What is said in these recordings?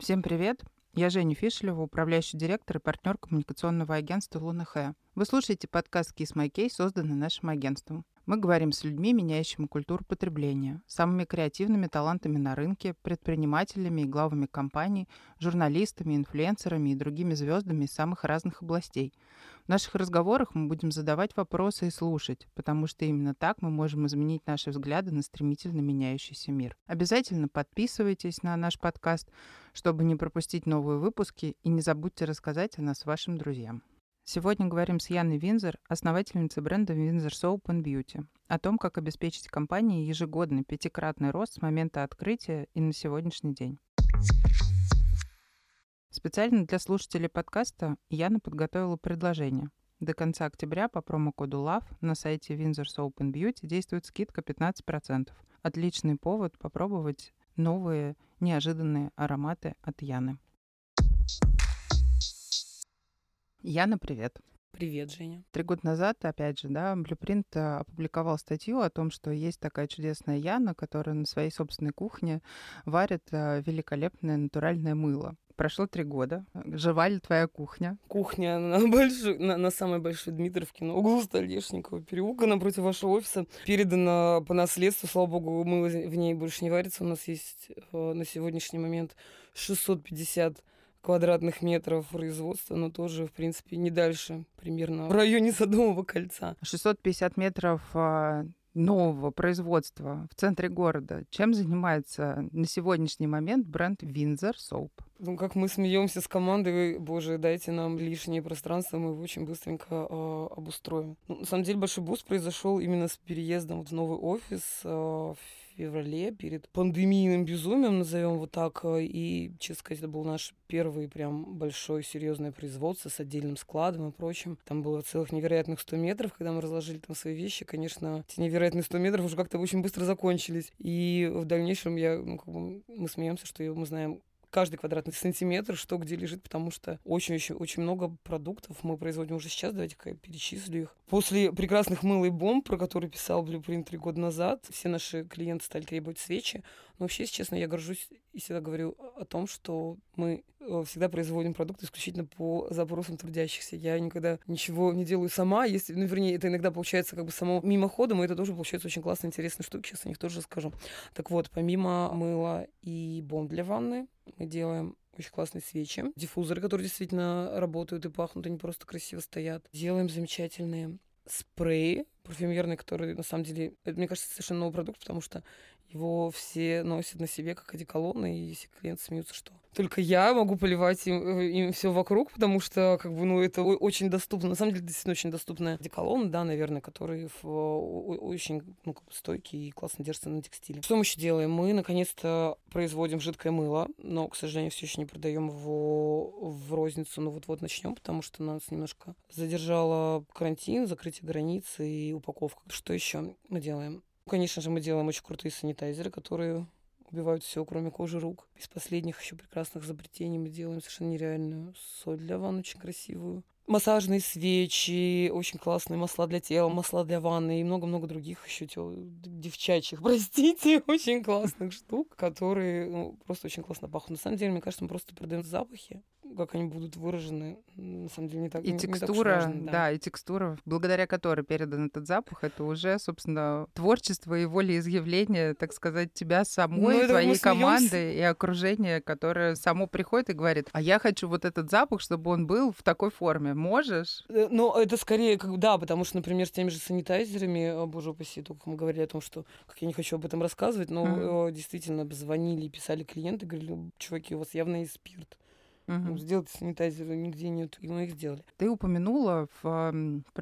Всем привет! Я Женя Фишелева, управляющий директор и партнер коммуникационного агентства «Луна.Х». Вы слушаете подкаст «Kiss My Case», созданный нашим агентством. Мы говорим с людьми, меняющими культуру потребления, самыми креативными талантами на рынке, предпринимателями и главами компаний, журналистами, инфлюенсерами и другими звездами из самых разных областей. В наших разговорах мы будем задавать вопросы и слушать, потому что именно так мы можем изменить наши взгляды на стремительно меняющийся мир. Обязательно подписывайтесь на наш подкаст, чтобы не пропустить новые выпуски, и не забудьте рассказать о нас вашим друзьям. Сегодня говорим с Яной Винзор, основательницей бренда Windsor Soap and Beauty, о том, как обеспечить компании ежегодный 5-кратный рост с момента открытия и на сегодняшний день. Специально для слушателей подкаста Яна подготовила предложение. До конца октября по промокоду LOVE на сайте Windsor Soap and Beauty действует скидка 15%. Отличный повод попробовать новые неожиданные ароматы от Яны. Яна, привет. Привет, Женя. 3 года назад, опять же, Blueprint опубликовал статью о том, что есть такая чудесная Яна, которая на своей собственной кухне варит великолепное натуральное мыло. Прошло 3 года. Жива ли твоя кухня? Кухня на самой большой Дмитровке, на углу Столешникова переулка, напротив вашего офиса. Передана по наследству, слава богу, мыло в ней больше не варится. У нас есть на сегодняшний момент 650 квадратных метров производства, но тоже, в принципе, не дальше, примерно в районе Садового кольца. 650 метров нового производства в центре города. Чем занимается на сегодняшний момент бренд Windsor Soap? Ну, как мы смеемся с командой, боже, дайте нам лишнее пространство, мы его очень быстренько обустроим. Ну, на самом деле большой буст произошел именно с переездом в новый офис в феврале, перед пандемийным безумием, назовем вот так. И, честно сказать, это был наш первый прям большой серьезное производство с отдельным складом и прочим. Там было целых невероятных 100 метров, когда мы разложили там свои вещи. Конечно, эти невероятные 100 метров уже как-то очень быстро закончились. И в дальнейшем мы смеемся, что мы знаем каждый квадратный сантиметр, что где лежит, потому что очень-очень много продуктов мы производим уже сейчас. Давайте-ка я перечислю их. После прекрасных мыл и бомб, про которые писал Blueprint 3 года назад, все наши клиенты стали требовать свечи. Но вообще, если честно, я горжусь и всегда говорю о том, что мы всегда производим продукты исключительно по запросам трудящихся. Я никогда ничего не делаю сама. Если, вернее, это иногда получается как бы само мимоходом, и это тоже получается очень классная, интересная штука. Сейчас о них тоже расскажу. Так вот, помимо мыла и бомб для ванны, мы делаем очень классные свечи, диффузоры, которые действительно работают и пахнут, они просто красиво стоят. Делаем замечательные спреи парфюмерные, которые, на самом деле, это, мне кажется, совершенно новый продукт, потому что его все носят на себе как одеколон, и если клиенты смеются, что только я могу поливать им все вокруг, потому что, это очень доступно. На самом деле, действительно очень доступный одеколон, наверное, который очень стойкий и классно держится на текстиле. Что мы еще делаем? Мы, наконец-то, производим жидкое мыло, но, к сожалению, все еще не продаем его в розницу, но вот-вот начнем, потому что нас немножко задержало карантин, закрытие границ и упаковка. Что еще мы делаем? Конечно же, мы делаем очень крутые санитайзеры, которые убивают все, кроме кожи рук. Из последних еще прекрасных изобретений мы делаем совершенно нереальную соль для ванн, очень красивую. Массажные свечи, очень классные масла для тела, масла для ванны и много-много других еще девчачьих, простите, очень классных штук, которые просто очень классно пахнут. На самом деле, мне кажется, мы просто продаем запахи, как они будут выражены, на самом деле, не так И не текстура, так уж важно, и текстура, благодаря которой передан этот запах, это уже, собственно, творчество и волеизъявление, так сказать, тебя самой, твоей команды и окружения, которое само приходит и говорит: а я хочу вот этот запах, чтобы он был в такой форме. Можешь? Но это скорее, потому что, например, с теми же санитайзерами, боже упаси, только мы говорили о том, что как я не хочу об этом рассказывать, но действительно звонили, писали клиенты, говорили: чуваки, у вас явно есть спирт. Сделать санитайзеры нигде нет, и мы их сделали. Ты упомянула в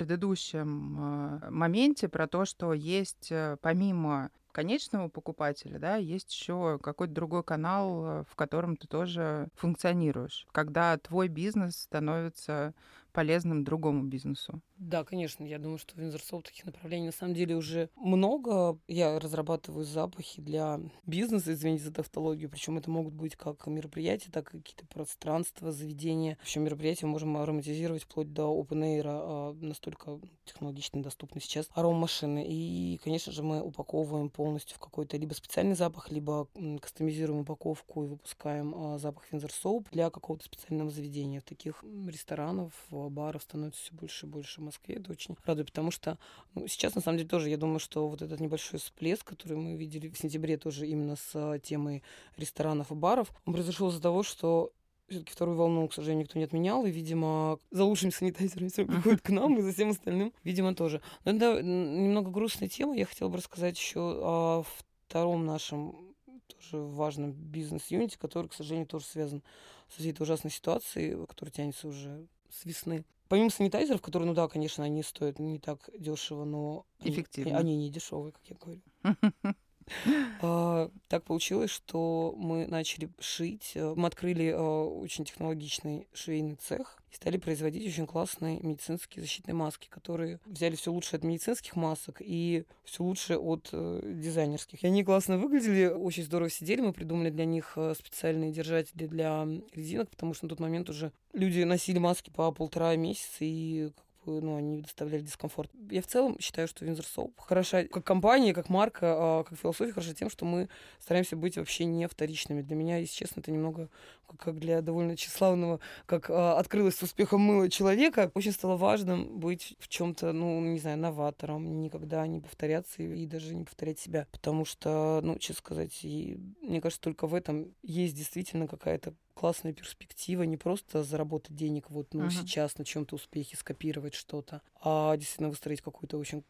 предыдущем моменте про то, что есть помимо конечного покупателя, есть еще какой-то другой канал, в котором ты тоже функционируешь. Когда твой бизнес становится полезным другому бизнесу. Да, конечно, я думаю, что в Windsor таких направлений на самом деле уже много. Я разрабатываю запахи для бизнеса, извините за тавтологию, причем это могут быть как мероприятия, так и какие-то пространства, заведения. В общем, мероприятия мы можем ароматизировать вплоть до open air, настолько технологично доступны сейчас аромамашины. И, конечно же, мы упаковываем полностью в какой-то либо специальный запах, либо кастомизируем упаковку и выпускаем запах Windsor Soap для какого-то специального заведения. Таких ресторанов, баров становится все больше и больше в Москве. Это очень радует, потому что сейчас, на самом деле, тоже я думаю, что вот этот небольшой всплеск, который мы видели в сентябре тоже именно с темой ресторанов и баров, он произошел из-за того, что все-таки вторую волну, к сожалению, никто не отменял, и, видимо, за лучшими санитайзерами все приходят к нам, и за всем остальным, видимо, тоже. Но это немного грустная тема. Я хотела бы рассказать еще о втором нашем тоже важном бизнес-юните, который, к сожалению, тоже связан с этой ужасной ситуацией, которая тянется уже с весны. Помимо санитайзеров, которые, ну да, конечно, они стоят не так дешево, но эффективно. Они не дешевые, как я говорю. Так получилось, что мы начали шить. Мы открыли очень технологичный швейный цех и стали производить очень классные медицинские защитные маски, которые взяли все лучшее от медицинских масок и все лучшее от дизайнерских. И они классно выглядели, очень здорово сидели. Мы придумали для них специальные держатели для резинок, потому что на тот момент уже люди носили маски по 1,5 месяца, и они доставляли дискомфорт. Я в целом считаю, что Windsor Soap хороша как компания, как марка, как философия хороша тем, что мы стараемся быть вообще не вторичными. Для меня, если честно, это немного как для довольно тщеславного, как открылось с успехом мыло человека, очень стало важным быть в чем-то, не знаю, новатором, никогда не повторяться и даже не повторять себя. Потому что, честно сказать, мне кажется, только в этом есть действительно какая-то классная перспектива, не просто заработать денег сейчас на чем-то успехе, скопировать что-то, а действительно выстроить какую-то очень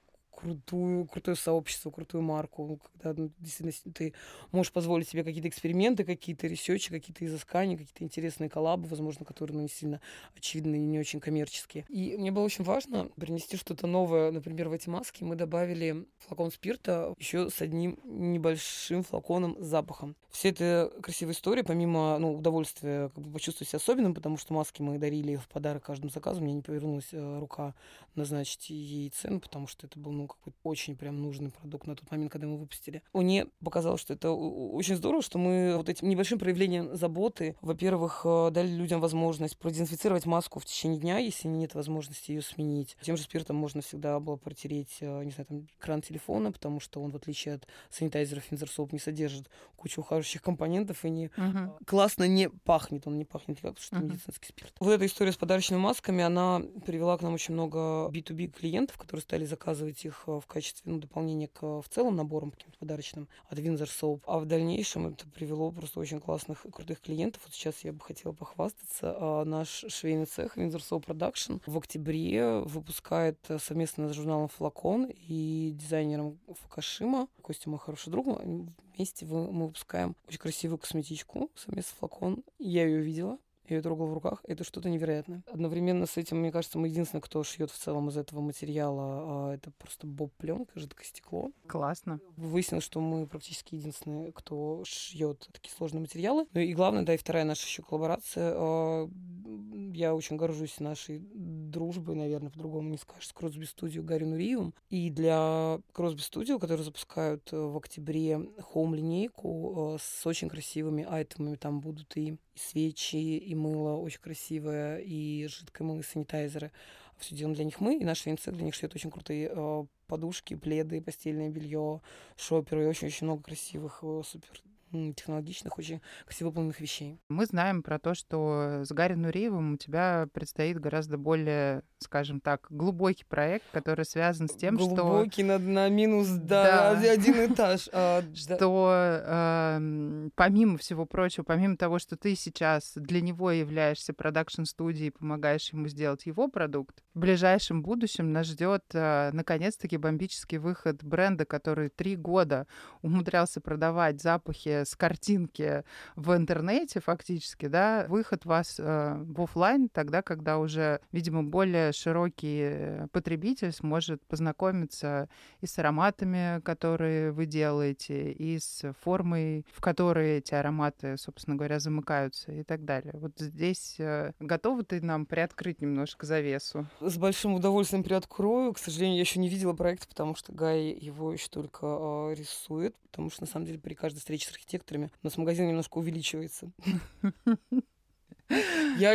крутое сообщество, крутую марку, когда действительно ты можешь позволить себе какие-то эксперименты, какие-то ресерчи, какие-то изыскания, какие-то интересные коллабы, возможно, которые не сильно очевидные и не очень коммерческие. И мне было очень важно принести что-то новое, например, в эти маски мы добавили флакон спирта еще с одним небольшим флаконом с запахом. Вся эта красивая история, помимо удовольствия почувствовать себя особенным, потому что маски мы дарили в подарок каждому заказу, мне не повернулась рука назначить ей цену, потому что это был какой-то очень прям нужный продукт на тот момент, когда мы выпустили. Мне показалось, что это очень здорово, что мы вот этим небольшим проявлением заботы, во-первых, дали людям возможность продезинфицировать маску в течение дня, если нет возможности ее сменить. Тем же спиртом можно всегда было протереть, экран телефона, потому что он, в отличие от санитайзеров, Windsor Soap не содержит кучу ухаживающих компонентов и классно не пахнет. Он не пахнет как медицинский спирт. Вот эта история с подарочными масками, она привела к нам очень много B2B клиентов, которые стали заказывать их в качестве дополнения к в целом наборам каким-то подарочным от Windsor Soap. А в дальнейшем это привело просто очень классных и крутых клиентов. Вот сейчас я бы хотела похвастаться. Наш швейный цех Windsor Soap Production в октябре выпускает совместно с журналом «Флакон» и дизайнером Фукашима, Костя мой хороший друг, вместе мы выпускаем очень красивую косметичку совместно с «Флакон». Я ее видела. Я ее трогала в руках. Это что-то невероятное. Одновременно с этим, мне кажется, мы единственные, кто шьет в целом из этого материала. Это просто боб-пленка, жидкое стекло. Классно. Выяснилось, что мы практически единственные, кто шьет такие сложные материалы. Ну и главное, и вторая наша еще коллаборация. Я очень горжусь нашей дружбой, наверное, по-другому не скажешь, с Кросби Studio Гарри Нуриевым. И для Кросби Studio, которые запускают в октябре хоум-линейку с очень красивыми айтемами, там будут и свечи, и мыло очень красивое, и жидкое мыло, и санитайзеры. Все делаем для них мы, и наш винцек для них шьет очень крутые подушки, пледы, постельное белье, шоперы, и очень-очень много красивых, супер технологичных, очень красиво выполненных вещей. Мы знаем про то, что с Гарри Нуриевым у тебя предстоит гораздо более, скажем так, глубокий проект, который связан с тем, глубокий на минус, один этаж. Что помимо всего прочего, помимо того, что ты сейчас для него являешься продакшн-студией и помогаешь ему сделать его продукт, в ближайшем будущем нас ждет наконец-таки бомбический выход бренда, который 3 года умудрялся продавать запахи с картинки в интернете фактически, да, выход вас в офлайн тогда, когда уже, видимо, более более широкий потребитель сможет познакомиться и с ароматами, которые вы делаете, и с формой, в которой эти ароматы, собственно говоря, замыкаются и так далее. Вот здесь готова ты нам приоткрыть немножко завесу? С большим удовольствием приоткрою. К сожалению, я еще не видела проект, потому что Гай его еще только рисует, потому что, на самом деле, при каждой встрече с архитекторами у нас магазин немножко увеличивается. Я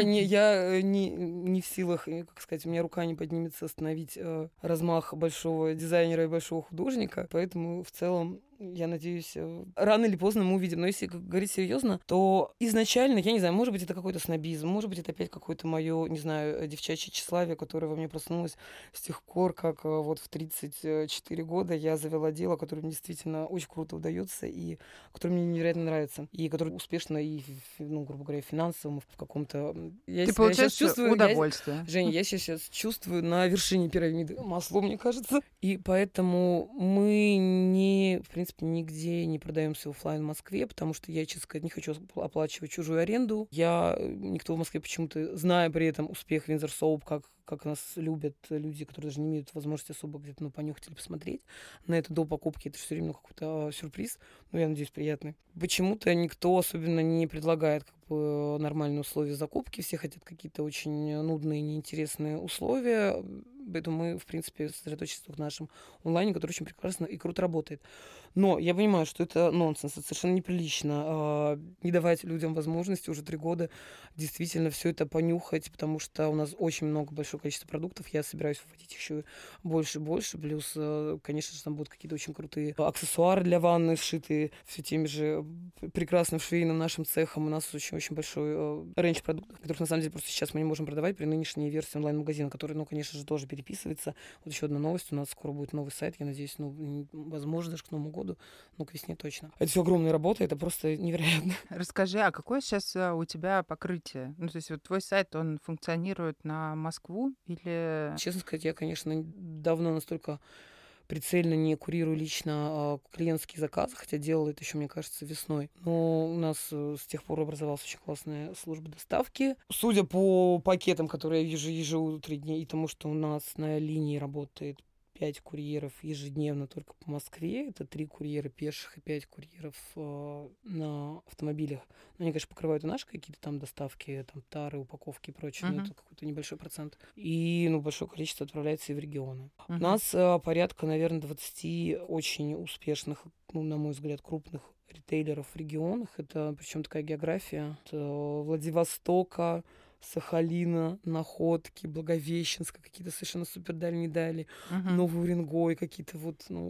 не в силах, как сказать, у меня рука не поднимется остановить размах большого дизайнера и большого художника, поэтому в целом я надеюсь, рано или поздно мы увидим. Но если говорить серьезно, то изначально, я не знаю, может быть, это какой-то снобизм, может быть, это опять какое-то мое, не знаю, девчачье тщеславие, которое во мне проснулось с тех пор, как вот в 34 года я завела дело, которое мне действительно очень круто удается и которое мне невероятно нравится, и которое успешно и, ну, грубо говоря, финансово, в каком-то... Ты получаешь удовольствие. Женя, я сейчас чувствую на вершине пирамиды масло, мне кажется. И поэтому мы не, в принципе, нигде не продаемся офлайн в Москве, потому что я, честно сказать, не хочу оплачивать чужую аренду. Никто в Москве почему-то, зная при этом успех Windsor Soap, как нас любят люди, которые даже не имеют возможности особо где-то понюхать или посмотреть на это до покупки. Это все время какой-то сюрприз, но я надеюсь, приятный. Почему-то никто особенно не предлагает нормальные условия закупки. Все хотят какие-то очень нудные, неинтересные условия. Поэтому мы, в принципе, сосредоточимся в нашем онлайне, который очень прекрасно и круто работает. Но я понимаю, что это нонсенс, это совершенно неприлично не давать людям возможности уже 3 года действительно все это понюхать, потому что у нас очень большое количество продуктов, я собираюсь вводить еще больше и больше, плюс, конечно же, там будут какие-то очень крутые аксессуары для ванны, сшитые все теми же прекрасным швейным нашим цехом. У нас очень большой рейндж продуктов, которых, на самом деле, просто сейчас мы не можем продавать при нынешней версии онлайн-магазина, который, конечно же, тоже переписывается. Вот еще одна новость, у нас скоро будет новый сайт, я надеюсь, возможно, даже к Новому году, но к весне точно. Это все огромная работа, это просто невероятно. Расскажи, а какое сейчас у тебя покрытие? Ну, то есть вот твой сайт, он функционирует на Москву или... Честно сказать, я, конечно, давно настолько прицельно не курирую лично клиентские заказы, хотя делала это еще, мне кажется, весной. Но у нас с тех пор образовалась очень классная служба доставки. Судя по пакетам, которые я вижу ежеутренне, и тому, что у нас на линии работает 5 курьеров ежедневно только по Москве. Это 3 курьера пеших и 5 курьеров на автомобилях. Но они, конечно, покрывают и наши какие-то там доставки, там тары, упаковки и прочее, но это какой-то небольшой процент. И большое количество отправляется и в регионы. У нас порядка, наверное, 20 очень успешных, на мой взгляд, крупных ритейлеров в регионах. Это причем такая география от Владивостока, Сахалина, Находки, Благовещенска, какие-то совершенно супер дальние дали, Новый Уренгой, какие-то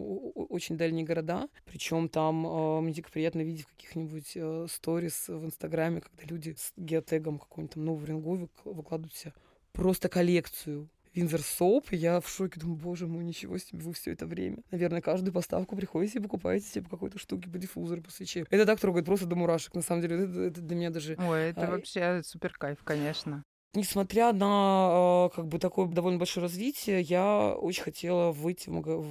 очень дальние города. Причем там мне дико приятно видеть в каких-нибудь сторис в Инстаграме, когда люди с геотегом какой-нибудь там Новый Уренгой выкладывают себе просто коллекцию Windsor Soap, я в шоке, думаю, боже мой, ничего себе, вы все это время. Наверное, каждую поставку приходите и покупаете себе по какой-то штуке, по диффузору, по свече. Это так трогает просто до мурашек, на самом деле. Это для меня даже... Ой, это вообще супер кайф, конечно. Несмотря на такое довольно большое развитие, я очень хотела выйти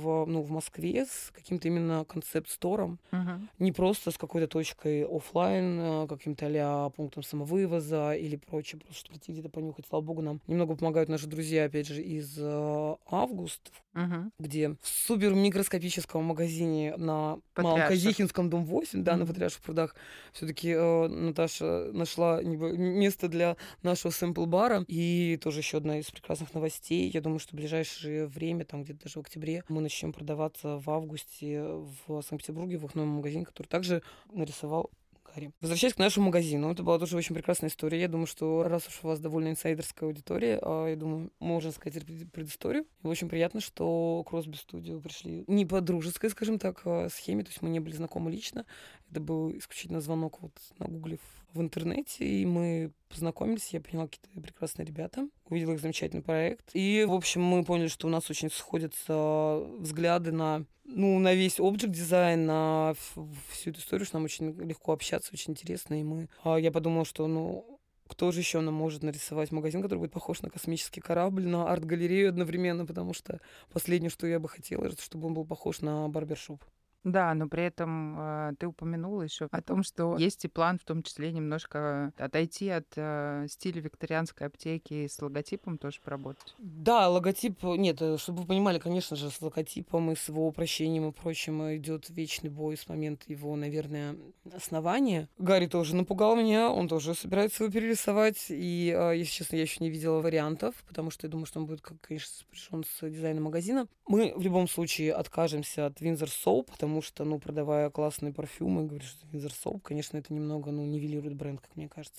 в Москве с каким-то именно концепт-стором. Не просто с какой-то точкой офлайн, каким-то а-ля пунктом самовывоза или прочее, просто чтобы прийти где-то понюхать. Слава богу, нам немного помогают наши друзья, опять же, из Август, где в супер микроскопическом магазине на Малоказихинском, дом 8, да, на Патриарших прудах, все-таки Наташа нашла место для нашего сэмпл-бара. И тоже еще одна из прекрасных новостей. Я думаю, что в ближайшее время, там где-то даже в октябре, мы начнем продаваться в августе в Санкт-Петербурге в их новом магазине, который также нарисовал Гарри. Возвращаясь к нашему магазину, это была тоже очень прекрасная история. Я думаю, что раз уж у вас довольно инсайдерская аудитория, я думаю, можно сказать предысторию. И очень приятно, что Кросби Студио пришли не по дружеской, скажем так, схеме, то есть мы не были знакомы лично. Это был исключительно звонок нагуглив в интернете, и мы познакомились, я поняла, какие-то прекрасные ребята, увидела их замечательный проект. И, в общем, мы поняли, что у нас очень сходятся взгляды на весь объект-дизайн, на всю эту историю, что нам очень легко общаться, очень интересно. И я подумала, что, кто же еще нам может нарисовать магазин, который будет похож на космический корабль, на арт-галерею одновременно, потому что последнее, что я бы хотела, это чтобы он был похож на барбершоп. Да, но при этом ты упомянула еще о том, что есть и план, в том числе немножко отойти от стиля викторианской аптеки и с логотипом тоже поработать. Да, логотип, нет, чтобы вы понимали, конечно же, с логотипом и с его упрощением и прочим идет вечный бой с момента его, наверное, основания. Гарри тоже напугал меня, он тоже собирается его перерисовать, и, если честно, я еще не видела вариантов, потому что я думаю, что он будет, конечно, сопряжен с дизайном магазина. Мы в любом случае откажемся от Windsor Soap, потому что, ну, продавая классные парфюмы, говоришь, что Windsor Soap, конечно, это немного, ну, нивелирует бренд, как мне кажется.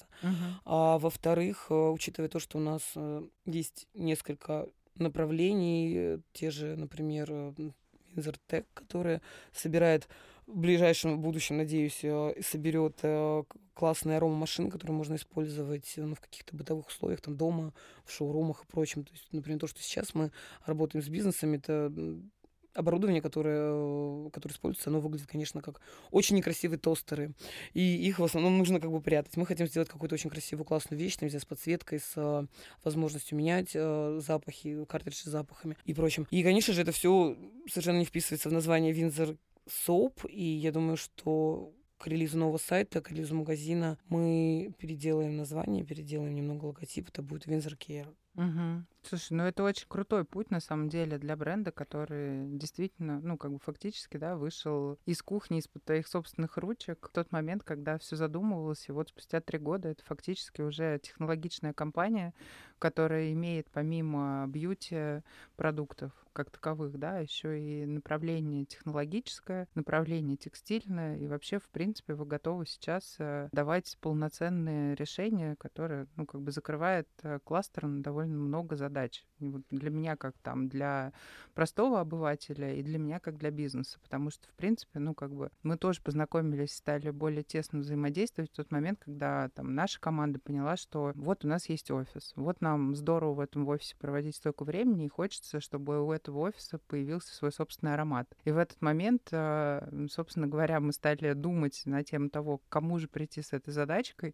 А во-вторых, учитывая то, что у нас есть несколько направлений, те же, например, Windsor Tech, которая собирает в ближайшем будущем, надеюсь, соберет классные аромамашины, которые можно использовать в каких-то бытовых условиях, там дома, в шоурумах и прочем. То есть, например, то, что сейчас мы работаем с бизнесами, это оборудование, которое используется, оно выглядит, конечно, как очень некрасивые тостеры. И их в основном нужно как бы прятать. Мы хотим сделать какую-то очень красивую, классную вещь, там, с подсветкой, с возможностью менять запахи, картриджи с запахами и прочим. И, конечно же, это все совершенно не вписывается в название Windsor Soap. И я думаю, что к релизу нового сайта, к релизу магазина мы переделаем название, переделаем немного логотип. Это будет Windsor Care. Слушай, ну это очень крутой путь, на самом деле, для бренда, который действительно, ну, как бы фактически, да, вышел из кухни, из-под твоих собственных ручек в тот момент, когда все задумывалось, и вот спустя 3 года это фактически уже технологичная компания, которая имеет помимо бьюти-продуктов как таковых, да, еще и направление технологическое, направление текстильное, и вообще, в принципе, вы готовы сейчас давать полноценные решения, которые, ну, как бы закрывает кластер на довольно много задач. И вот для меня как там, для простого обывателя и для меня как для бизнеса, потому что, в принципе, ну, как бы мы тоже познакомились, стали более тесно взаимодействовать в тот момент, когда там наша команда поняла, что вот у нас есть офис, вот нам здорово в этом офисе проводить столько времени, и хочется, чтобы у этого офиса появился свой собственный аромат. И в этот момент, собственно говоря, мы стали думать на тему того, к кому же прийти с этой задачкой,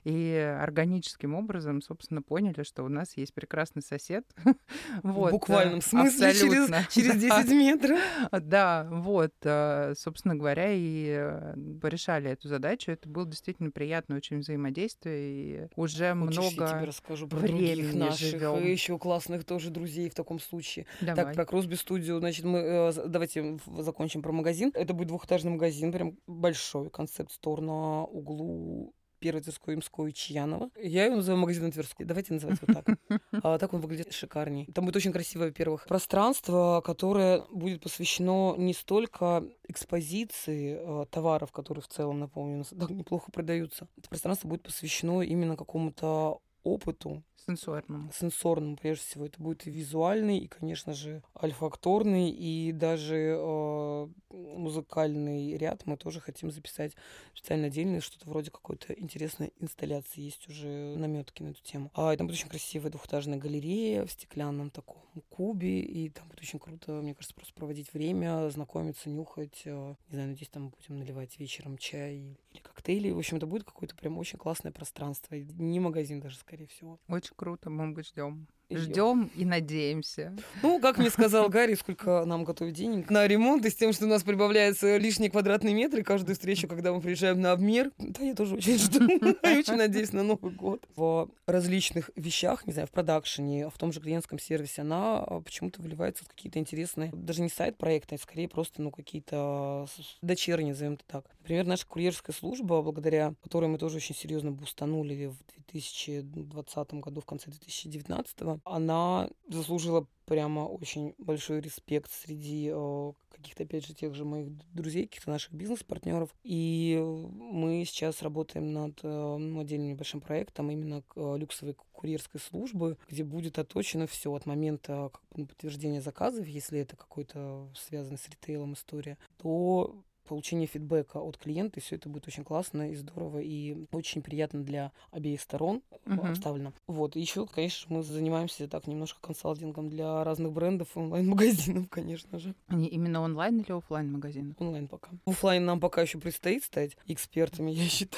и органическим образом, собственно, поняли, что у нас есть прекрасный сосед. В буквальном смысле через 10 метров. Да, вот, собственно говоря, и порешали эту задачу. Это было действительно приятное очень взаимодействие, и уже Хочешь, я тебе много расскажу про других времени наших, живем. еще классных тоже друзей в таком случае. Так, Давай. про Кросби студию, значит, мы давайте закончим про магазин. Это будет двухэтажный магазин, прям большой концепт-стор на углу Первой Тверской, Имской и Чьянова. Я его называю магазином Тверской. Давайте называть вот так. Так он выглядит шикарней. Там будет очень красивое, во-первых, пространство, которое будет посвящено не столько экспозиции товаров, которые в целом, напомню, у нас так неплохо продаются. Это пространство будет посвящено именно какому-то опыту. Сенсорному, прежде всего. Это будет и визуальный, и, конечно же, альфакторный, и даже музыкальный ряд мы тоже хотим записать специально отдельно, что-то вроде какой-то интересной инсталляции. Есть уже наметки на эту тему. И там будет очень красивая двухэтажная галерея в стеклянном таком кубе, и там будет очень круто, мне кажется, просто проводить время, знакомиться, нюхать. Не знаю, надеюсь, там будем наливать вечером чай или коктейли. В общем, это будет какое-то прям очень классное пространство. Не магазин даже, скорее всего. Очень круто, мы ждем. Ждем и надеемся. Ну, как мне сказал Гарри, сколько нам готовить денег на ремонт, и с тем, что у нас прибавляются лишние квадратные метры каждую встречу, когда мы приезжаем на обмер. Да, я тоже очень жду. И очень надеюсь на Новый год. В различных вещах, не знаю, в продакшене, в том же клиентском сервисе, она почему-то выливается в какие-то интересные, даже не сайт-проекты, а скорее просто, ну, какие-то дочерние, назовем это так. Например, наша курьерская служба, благодаря которой мы тоже очень серьезно бустанули в 2020 году, в конце 2019, она заслужила прямо очень большой респект среди каких-то, опять же, тех же моих друзей, каких-то наших бизнес-партнеров. И мы сейчас работаем над отдельным небольшим проектом именно люксовой курьерской службы, где будет отточено все от момента подтверждения заказов, если это какой-то связанный с ритейлом история, до получение фидбэка от клиента, и все это будет очень классно и здорово, и очень приятно для обеих сторон обставлено. Вот. И еще, конечно, мы занимаемся так немножко консалтингом для разных брендов, онлайн-магазинов, конечно же. Они именно онлайн или офлайн магазины? Онлайн пока. Офлайн нам пока еще предстоит стать экспертами, я считаю.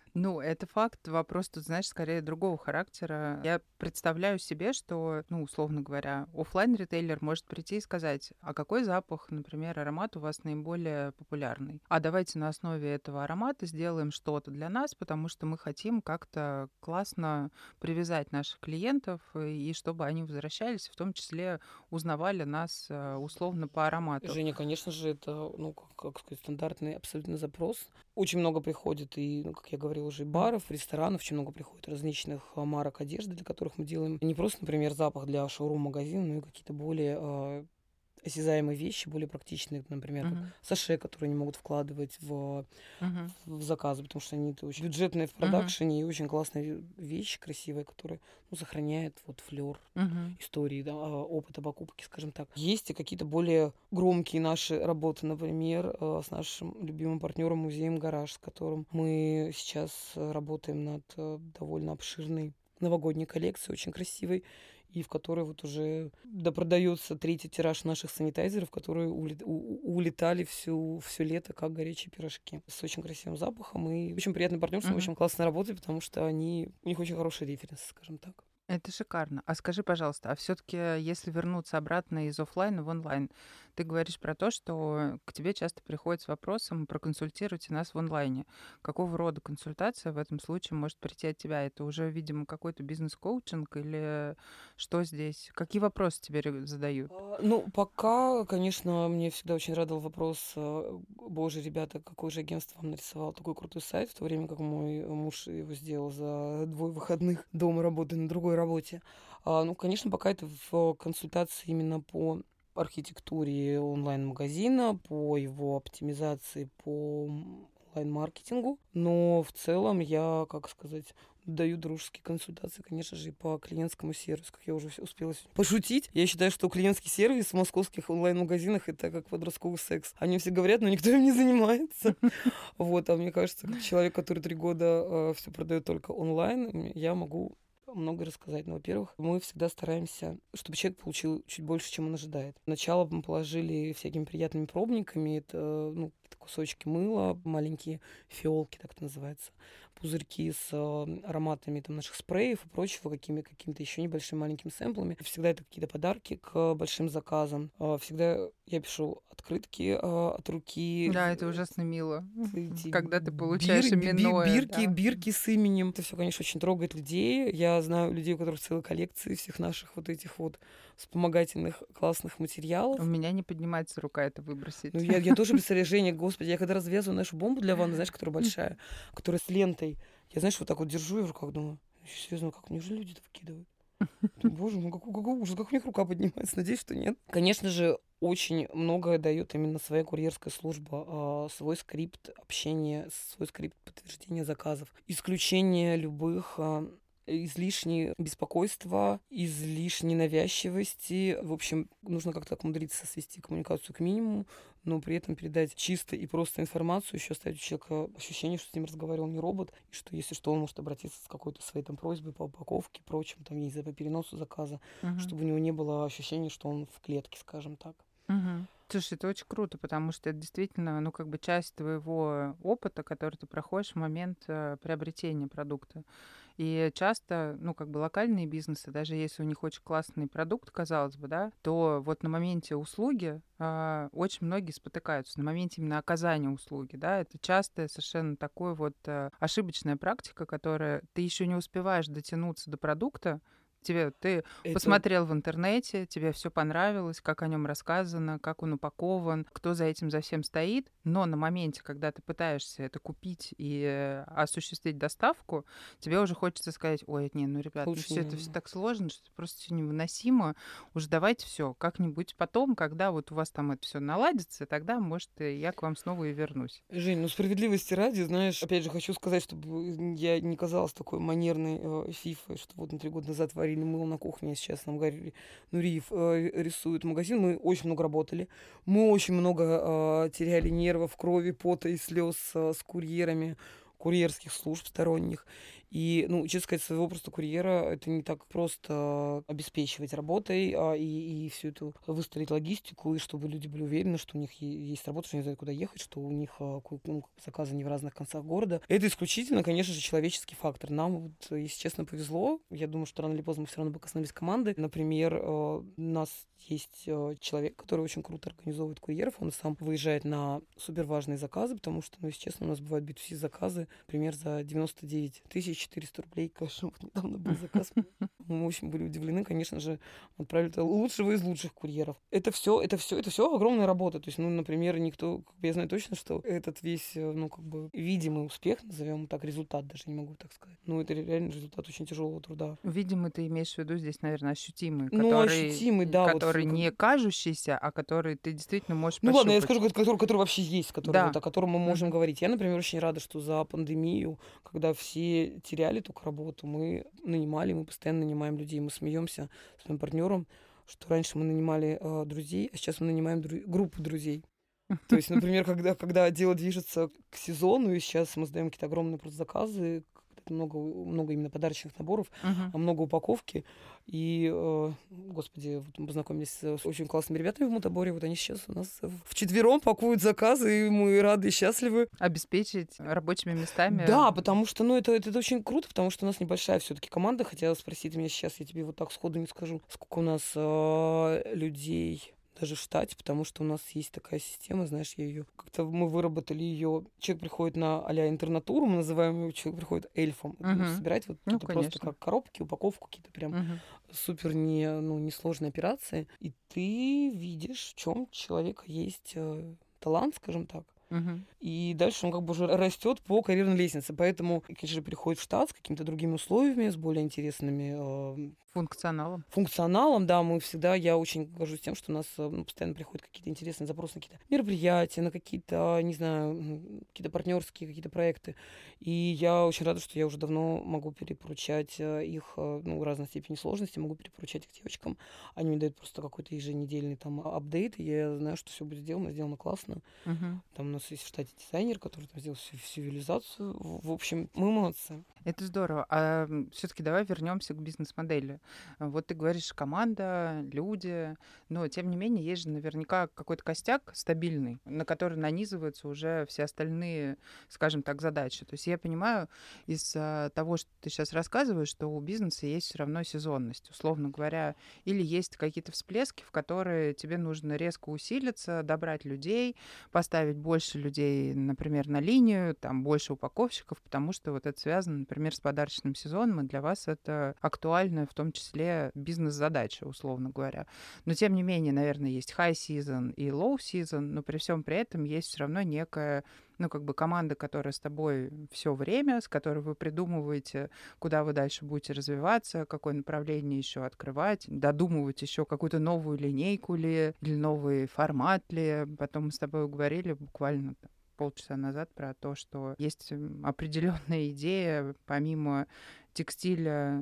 Ну, это факт. Вопрос тут, знаешь, скорее другого характера. Я представляю себе, что, ну, условно говоря, оффлайн-ритейлер может прийти и сказать, а какой запах, например, аромат у вас наиболее популярный? А давайте на основе этого аромата сделаем что-то для нас, потому что мы хотим как-то классно привязать наших клиентов, и чтобы они возвращались, в том числе узнавали нас условно по аромату. Женя, конечно же, это, ну, как сказать, стандартный абсолютно запрос. Очень много приходит и, ну, как я говорила уже, и баров, ресторанов, очень много приходит различных марок одежды, для которых мы делаем не просто, например, запах для шоурум-магазина, но и какие-то более осязаемые вещи, более практичные, например, как Мгм. саше, которые они могут вкладывать Мгм. в заказы, потому что они это очень бюджетные в Мгм. продакшене и очень классная вещь, красивая, которая, ну, сохраняет вот флёр Мгм. истории, да, опыта покупки, скажем так. Есть и какие-то более громкие наши работы, например, с нашим любимым партнером музеем «Гараж», с которым мы сейчас работаем над довольно обширной новогодней коллекцией, очень красивой, и в которой вот уже допродается 3-й тираж наших санитайзеров, которые улетали все лето, как горячие пирожки. С очень красивым запахом и очень приятным партнерством, Мгм. очень классной работой, потому что у них очень хороший референс, скажем так. Это шикарно. А скажи, пожалуйста, а все-таки, если вернуться обратно из оффлайна в онлайн, ты говоришь про то, что к тебе часто приходят с вопросом проконсультируйте нас в онлайне. Какого рода консультация в этом случае может прийти от тебя? Это уже, видимо, какой-то бизнес-коучинг или что здесь? Какие вопросы тебе задают? Ну, пока, конечно, мне всегда очень радовал вопрос, боже, ребята, какое же агентство вам нарисовало такой крутой сайт, в то время как мой муж его сделал за 2 выходных дома работы на другой работе. Ну, конечно, пока это в консультации именно по архитектуре онлайн-магазина, по его оптимизации, по онлайн-маркетингу. Но в целом я, как сказать, даю дружеские консультации, конечно же, и по клиентскому сервису, как я уже успела сегодня пошутить. Я считаю, что клиентский сервис в московских онлайн-магазинах — это как подростковый секс. Они все говорят, но никто им не занимается. Вот, а мне кажется, как человек, который 3 года все продает только онлайн, я могу много рассказать. Но, во-первых, мы всегда стараемся, чтобы человек получил чуть больше, чем он ожидает. Сначала мы положили всякими приятными пробниками. Это, ну, какие-то кусочки мыла, маленькие фиолки, так это называется, пузырьки с ароматами там, наших спреев и прочего, какими-то еще небольшими маленькими сэмплами. Всегда это какие-то подарки к большим заказам. Всегда я пишу открытки от руки, Да, это ужасно мило, эти когда ты получаешь именное, да. бирки с именем. Это все, конечно, очень трогает людей. Я знаю людей, у которых целые коллекции всех наших вот этих вот вспомогательных классных материалов. У меня не поднимается рука это Ну, выбросить. я тоже представляю, Женя, господи, я когда развязываю нашу бомбу для ванны, знаешь, которая большая, которая с лентой, я, знаешь, вот так вот держу и в руках думаю, серьезно, как неужели люди это выкидывают? Боже мой, какой ужас, как у них рука поднимается. Надеюсь, что нет. Конечно же, очень многое дает именно своя курьерская служба, свой скрипт общения, свой скрипт подтверждения заказов, исключение любых излишнее беспокойства, излишней навязчивости. В общем, нужно как-то так умудриться свести коммуникацию к минимуму, но при этом передать чисто и просто информацию, еще оставить у человека ощущение, что с ним разговаривал не робот, и что, если что, он может обратиться с какой-то своей там просьбой по упаковке, прочим, там, я не знаю, по переносу заказа, Мгм. чтобы у него не было ощущения, что он в клетке, скажем так. Мгм. Слушай, это очень круто, потому что это действительно, ну, как бы часть твоего опыта, который ты проходишь в момент приобретения продукта. И часто, ну, как бы локальные бизнесы, даже если у них очень классный продукт, казалось бы, да, то вот на моменте услуги очень многие спотыкаются, на моменте именно оказания услуги, да, это частая совершенно такой вот ошибочная практика, которая ты еще не успеваешь дотянуться до продукта, ты Это посмотрел в интернете, тебе все понравилось, как о нем рассказано, как он упакован, кто за этим за всем стоит, но на моменте, когда ты пытаешься это купить и осуществить доставку, тебе уже хочется сказать, ой, не, ну, ребят, ну лучше все это не... все так сложно, что просто все невыносимо, уже давайте все как-нибудь потом, когда вот у вас там это все наладится, тогда, может, я к вам снова и вернусь. Жень, ну справедливости ради, знаешь, опять же, хочу сказать, чтобы я не казалась такой манерной фифой, что вот на 3 года назад варили мыло на кухне, а сейчас нам Гарри Нуриев рисует магазин. Мы очень много работали, мы очень много теряли нервов, крови, пота и слез с курьерами курьерских служб сторонних. И, честно сказать, своего просто курьера это не так просто обеспечивать работой и всю эту выстроить логистику, и чтобы люди были уверены, что у них есть работа, что они знают, куда ехать, что у них заказы не в разных концах города. Это исключительно, конечно же, человеческий фактор. Нам, если честно, повезло. Я думаю, что рано или поздно мы все равно бы коснулись команды. Например, у нас есть человек, который очень круто организовывает курьеров. Он сам выезжает на суперважные заказы, потому что, если честно, у нас бывают B2C заказы, например, за 99 400 рублей. Конечно, вот недавно был заказ. Мы очень были удивлены, конечно же, отправили лучшего из лучших курьеров. Это все огромная работа. То есть, например, я знаю точно, что этот весь, видимый успех, назовем так, результат, даже не могу так сказать. Это реально результат очень тяжелого труда. Видимо, ты имеешь в виду здесь, наверное, ощутимый, ощутимый, да. Который не кажущийся, а который ты действительно можешь пощупать. Ладно, я скажу, который вообще есть, Да. о котором мы можем говорить. Я, например, очень рада, что за пандемию, когда все теряли только работу, мы постоянно нанимаем людей. Мы смеемся с моим партнером, что раньше мы нанимали друзей, а сейчас мы нанимаем группу друзей. То есть, например, когда дело движется к сезону, и сейчас мы сдаем какие-то огромные просто заказы, много именно подарочных наборов, много упаковки. И, господи, вот мы познакомились с очень классными ребятами в Мутаборе. Вот они сейчас у нас вчетвером пакуют заказы, и мы рады и счастливы. Обеспечить рабочими местами. Да, потому что, это очень круто, потому что у нас небольшая все-таки команда. Хотела спросить меня сейчас, я тебе вот так сходу не скажу, сколько у нас людей даже в штате, потому что у нас есть такая система, знаешь, мы выработали ее. Человек приходит на а-ля интернатуру, мы называем его, человек приходит эльфом. Собирать какие-то просто как коробки, упаковку, какие-то прям супер несложные операции. И ты видишь, в чем у человека есть талант, скажем так. И дальше он уже растет по карьерной лестнице. Поэтому, конечно же, переходит в штат с какими-то другими условиями, с более интересными функционалом, да, я очень горжусь тем, что у нас постоянно приходят какие-то интересные запросы на какие-то мероприятия, на какие-то, не знаю, какие-то партнерские какие-то проекты. И я очень рада, что я уже давно могу перепоручать их, в разной степени сложности, могу перепоручать их девочкам. Они мне дают просто какой-то еженедельный апдейт, и я знаю, что все будет сделано классно. Там у нас есть в штате дизайнер, который там сделал всю реализацию. В общем, мы молодцы. Это здорово. А все-таки давай вернемся к бизнес-модели. Вот ты говоришь, команда, люди, но тем не менее есть же наверняка какой-то костяк стабильный, на который нанизываются уже все остальные, скажем так, задачи. То есть я понимаю из того, что ты сейчас рассказываешь, что у бизнеса есть все равно сезонность, условно говоря, или есть какие-то всплески, в которые тебе нужно резко усилиться, добрать людей, поставить больше людей, например, на линию, там больше упаковщиков, потому что вот это связано, например, с подарочным сезоном, и для вас это актуальная, в том числе, бизнес-задача, условно говоря. Но, тем не менее, наверное, есть high season и low season, но при всем при этом есть все равно некая команда, которая с тобой все время, с которой вы придумываете, куда вы дальше будете развиваться, какое направление еще открывать, додумывать еще какую-то новую линейку ли, или новый формат ли. Потом мы с тобой говорили буквально полчаса назад про то, что есть определенная идея, помимо текстиля,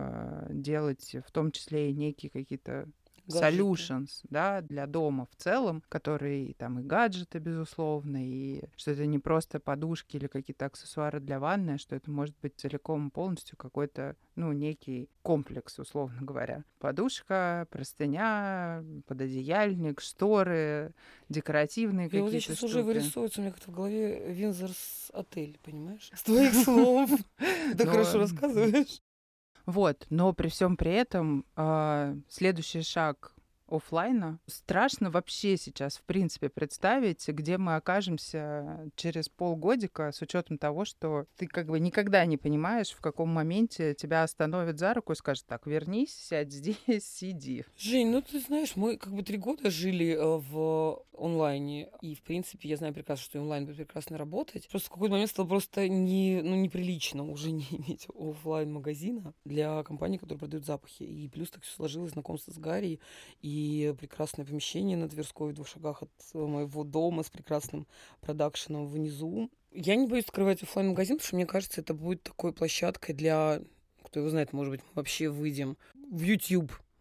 делать в том числе и некие какие-то solutions, да, для дома в целом, которые там и гаджеты, безусловно, и что это не просто подушки или какие-то аксессуары для ванны, что это может быть целиком полностью какой-то, некий комплекс, условно говоря. Подушка, простыня, пододеяльник, шторы, декоративные какие-то штуки. Сейчас уже вырисовывается у меня как-то в голове Виндзорс отель, понимаешь? С твоих слов. Ты хорошо рассказываешь. Вот, но при всем при этом следующий шаг офлайна. Страшно вообще сейчас, в принципе, представить, где мы окажемся через полгодика, с учетом того, что ты никогда не понимаешь, в каком моменте тебя остановят за руку и скажут: так, вернись, сядь здесь, сиди. Жень, ты знаешь, мы 3 года жили в онлайне, и, в принципе, я знаю прекрасно, что онлайн будет прекрасно работать. Просто в какой-то момент стало просто неприлично уже не иметь офлайн-магазина для компаний, которые продают запахи. И плюс так все сложилось, знакомство с Гарри, и прекрасное помещение на Тверской в 2 шагах от моего дома с прекрасным продакшеном внизу. Я не боюсь открывать офлайн-магазин, потому что, мне кажется, это будет такой площадкой для, кто его знает, может быть, мы вообще выйдем в YouTube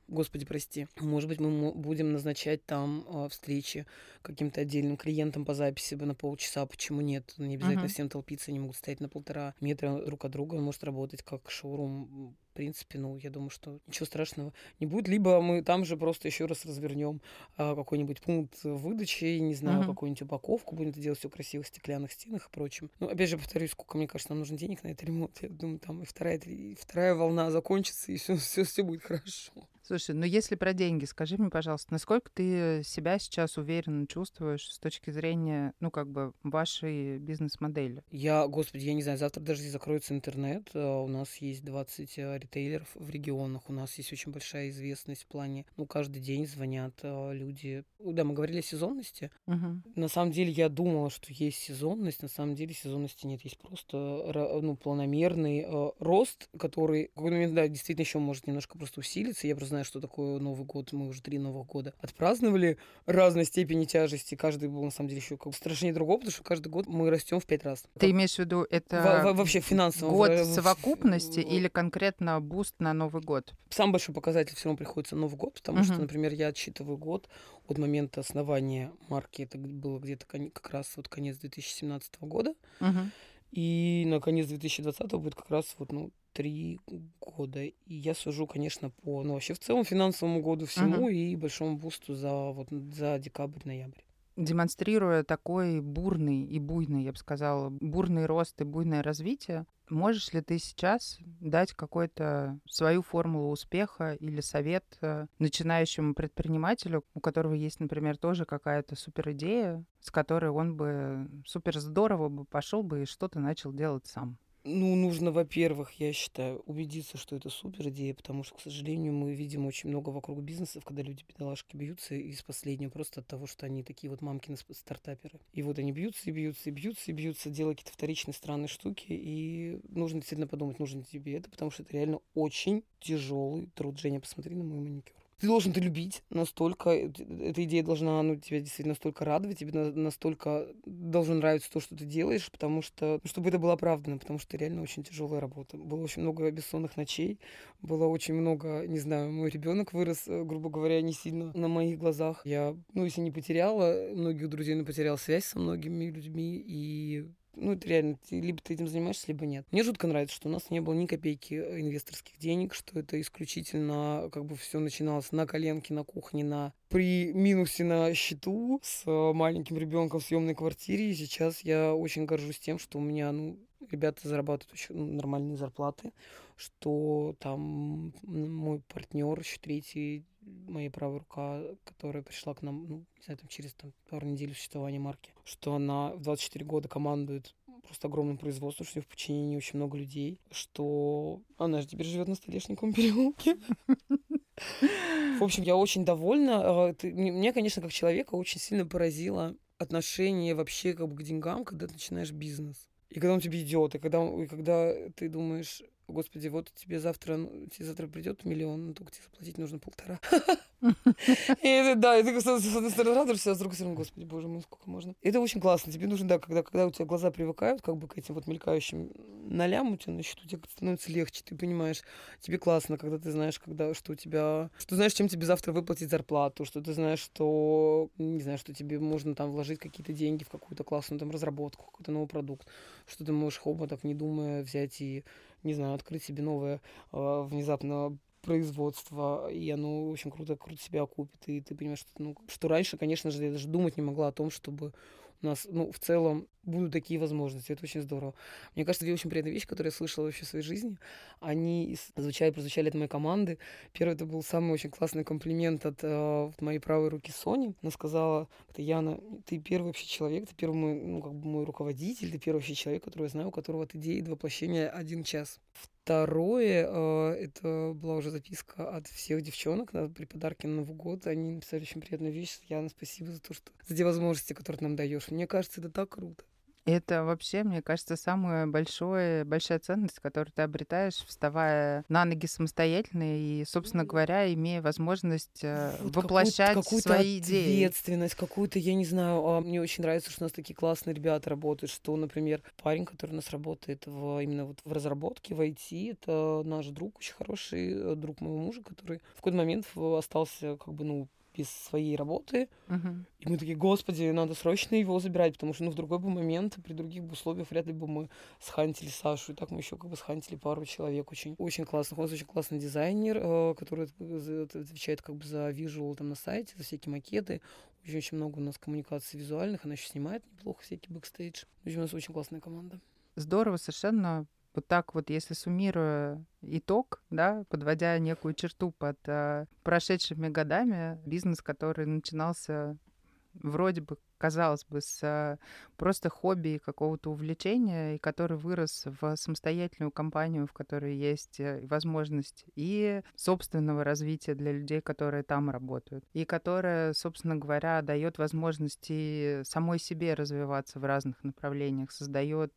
Господи, прости. Может быть, мы будем назначать там встречи каким-то отдельным клиентам по записи на полчаса. Почему нет? Не обязательно всем толпиться, они могут стоять на 1,5 метра друг от друга. Он может работать как шоурум. В принципе, я думаю, что ничего страшного не будет. Либо мы там же просто еще раз развернем какой-нибудь пункт выдачи, не знаю, какую-нибудь упаковку, будем это делать все в красивых стеклянных стенах и прочем. Опять же, повторюсь, сколько, мне кажется, нам нужно денег на этот ремонт. Я думаю, там и вторая волна закончится, и все будет хорошо. Слушай, если про деньги, скажи мне, пожалуйста, насколько ты себя сейчас уверенно чувствуешь с точки зрения, вашей бизнес-модели? Господи, я не знаю, завтра даже здесь закроется интернет. У нас есть 20 ритейлеров в регионах, у нас есть очень большая известность в плане, каждый день звонят люди. Да, мы говорили о сезонности. На самом деле я думала, что есть сезонность, на самом деле сезонности нет, есть просто планомерный рост, который в какой-то момент, да, действительно еще может немножко просто усилиться. Я просто знаю, что такое Новый год. Мы уже 3 Новых года отпраздновали разной степени тяжести. Каждый был, на самом деле, еще страшнее другого, потому что каждый год мы растем в 5 раз. Ты имеешь в виду, это вообще финансово? Год в совокупности или конкретно буст на Новый год? Самый большой показатель все равно приходится Новый год, потому что, например, я отсчитываю год от момента основания марки. Это было где-то как раз конец 2017 года. И на конец 2020 будет как раз 3 года. И я сужу, конечно, по вообще в целом финансовому году всему и большому бусту за декабрь-ноябрь. Демонстрируя такой бурный и буйный, я бы сказала, бурный рост и буйное развитие, можешь ли ты сейчас дать какую-то свою формулу успеха или совет начинающему предпринимателю, у которого есть, например, тоже какая-то супер идея, с которой он бы супер здорово бы пошел бы и что-то начал делать сам? Нужно, во-первых, я считаю, убедиться, что это супер идея, потому что, к сожалению, мы видим очень много вокруг бизнесов, когда люди, бедолашки, бьются из последнего просто от того, что они такие мамкины стартаперы. И они бьются, и бьются, и бьются, и бьются, делая какие-то вторичные странные штуки, и нужно действительно подумать, нужно тебе это, потому что это реально очень тяжелый труд. Женя, посмотри на мой маникюр. Ты должен это любить настолько, эта идея должна тебя действительно настолько радовать, тебе настолько должно нравиться то, что ты делаешь, потому что, чтобы это было оправдано, потому что это реально очень тяжелая работа. Было очень много бессонных ночей, было очень много, не знаю, мой ребенок вырос, грубо говоря, не сильно на моих глазах. Я, если не потеряла многих друзей, но потеряла связь со многими людьми, и это реально, либо ты этим занимаешься, либо нет. Мне жутко нравится, что у нас не было ни копейки инвесторских денег, что это исключительно все начиналось на коленке, на кухне, при минусе на счету с маленьким ребенком в съемной квартире. И сейчас я очень горжусь тем, что у меня, ребята зарабатывают очень нормальные зарплаты, что там мой партнер, еще третий, моя правая рука, которая пришла к нам, не знаю, через пару недель существования марки, что она в 24 года командует просто огромным производством, что у нее в подчинении очень много людей, что она же теперь живет на Столешниковом переулке. В общем, я очень довольна. Меня, конечно, как человека очень сильно поразило отношение вообще к деньгам, когда ты начинаешь бизнес. И когда он тебе идет, и когда ты думаешь, господи, тебе завтра придет 1 миллион, но только тебе заплатить нужно 1,5. И ты с одной стороны радуешься, а с другой стороны, господи, боже мой, сколько можно. Это очень классно. Тебе нужно, когда у тебя глаза привыкают к этим мелькающим нолям у тебя на счету, тебе становится легче, ты понимаешь, тебе классно, когда ты знаешь, что знаешь, чем тебе завтра выплатить зарплату, что ты знаешь, что, не знаю, что тебе можно вложить какие-то деньги в какую-то классную разработку, какой-то новый продукт, что ты можешь так не думая взять и, не знаю, открыть себе новое внезапно производство, и оно очень круто себя окупит. И ты понимаешь, что раньше, конечно же, я даже думать не могла о том, чтобы у нас, в целом, будут такие возможности. Это очень здорово. Мне кажется, 2 очень приятные вещи, которые я слышала вообще в своей жизни, они прозвучали от моей команды. Первый, это был самый очень классный комплимент от моей правой руки Сони. Она сказала: Яна, ты первый вообще человек, ты первый мой руководитель, ты первый вообще человек, которого я знаю, у которого от идеи до воплощения 1 час. Второе, это была уже записка от всех девчонок при подарке на Новый год. Они написали очень приятную вещь. Яна, спасибо за те возможности, которые ты нам даешь. Мне кажется, это так круто. Это вообще, мне кажется, большая ценность, которую ты обретаешь, вставая на ноги самостоятельно и, собственно говоря, имея возможность Вот воплощать какую-то свои идеи. ответственность, какую-то, я не знаю, мне очень нравится, что у нас такие классные ребята работают, что, например, парень, который у нас работает именно вот в разработке, в IT, это наш друг, очень хороший друг моего мужа, который в какой-то момент остался как бы, ну, без своей работы. Мгм. И мы такие, господи, надо срочно его забирать, потому что, ну, в другой бы момент, при других бы условиях вряд ли бы мы схантили Сашу. И так мы еще как бы схантили пару человек очень, очень классных. Он очень классный дизайнер, который отвечает как бы за визуал там на сайте, за всякие макеты. Очень много у нас коммуникаций визуальных, она еще снимает неплохо всякий бэкстейдж. В общем, у нас очень классная команда. Здорово совершенно. Вот так вот, если суммируя итог, да, подводя некую черту под прошедшими годами, бизнес, который начинался вроде бы, казалось бы, с просто хобби и какого-то увлечения, и который вырос в самостоятельную компанию, в которой есть возможность и собственного развития для людей, которые там работают, и которая, собственно говоря, дает возможности самой себе развиваться в разных направлениях, создает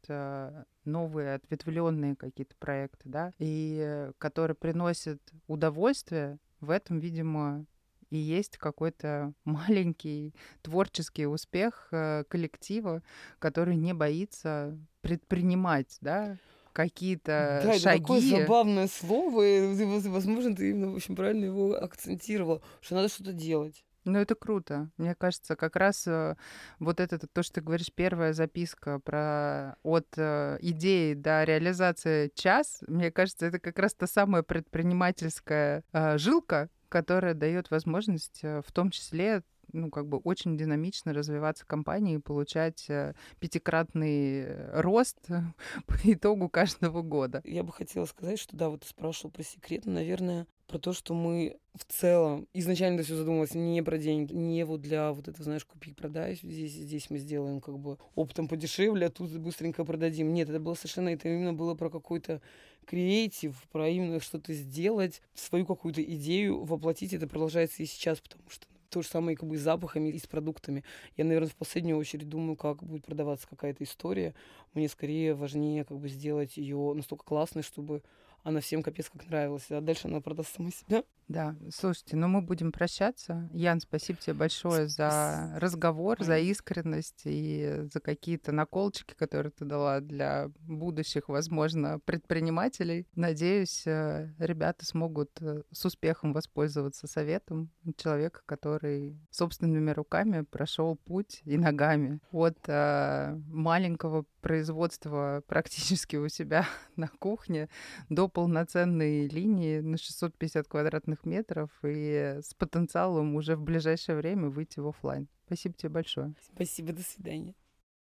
новые ответвленные какие-то проекты, да, и который приносит удовольствие. В этом, видимо, и есть какой-то маленький творческий успех коллектива, который не боится предпринимать, да, какие-то Да, это такое шаги. забавное слово, и, возможно, ты именно очень правильно его акцентировала, что надо что-то делать. Ну, это круто. Мне кажется, как раз вот это то, что ты говоришь, первая записка про от идеи до реализации час, мне кажется, это как раз та самая предпринимательская жилка, которая дает возможность в том числе, ну, как бы очень динамично развиваться компании и получать пятикратный рост по итогу каждого года. Я бы хотела сказать, что да, вот ты спрашивал про секрет, но, наверное, про то, что мы в целом изначально это все задумалось не про деньги, не вот для вот этого, знаешь, купи-продай, здесь мы сделаем как бы оптом подешевле, а тут быстренько продадим. Нет, это было совершенно, это именно было про какой-то креатив, про именно что-то сделать, свою какую-то идею воплотить. Это продолжается и сейчас, потому что то же самое как бы и с запахами, и с продуктами. Я, наверное, в последнюю очередь думаю, как будет продаваться какая-то история. Мне скорее важнее как бы сделать ее настолько классной, чтобы она всем капец как нравилась. А дальше она продаст сама себя. Да, слушайте, ну мы будем прощаться. Ян, спасибо тебе большое за разговор, за Спасибо. искренность и за какие-то наколочки, которые ты дала для будущих, возможно, предпринимателей. Надеюсь, ребята смогут с успехом воспользоваться советом человека, который собственными руками прошел путь и ногами от маленького производства практически у себя на кухне до полноценной линии на 650 квадратных метров и с потенциалом уже в ближайшее время выйти в оффлайн. Спасибо тебе большое. Спасибо, до свидания.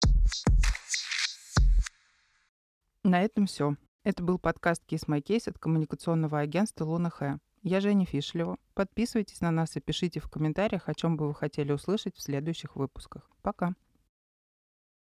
На этом все. Это был подкаст Kiss My Case от коммуникационного агентства Луна Хэ. Я Женя Фишлева. Подписывайтесь на нас и пишите в комментариях, о чем бы вы хотели услышать в следующих выпусках. Пока.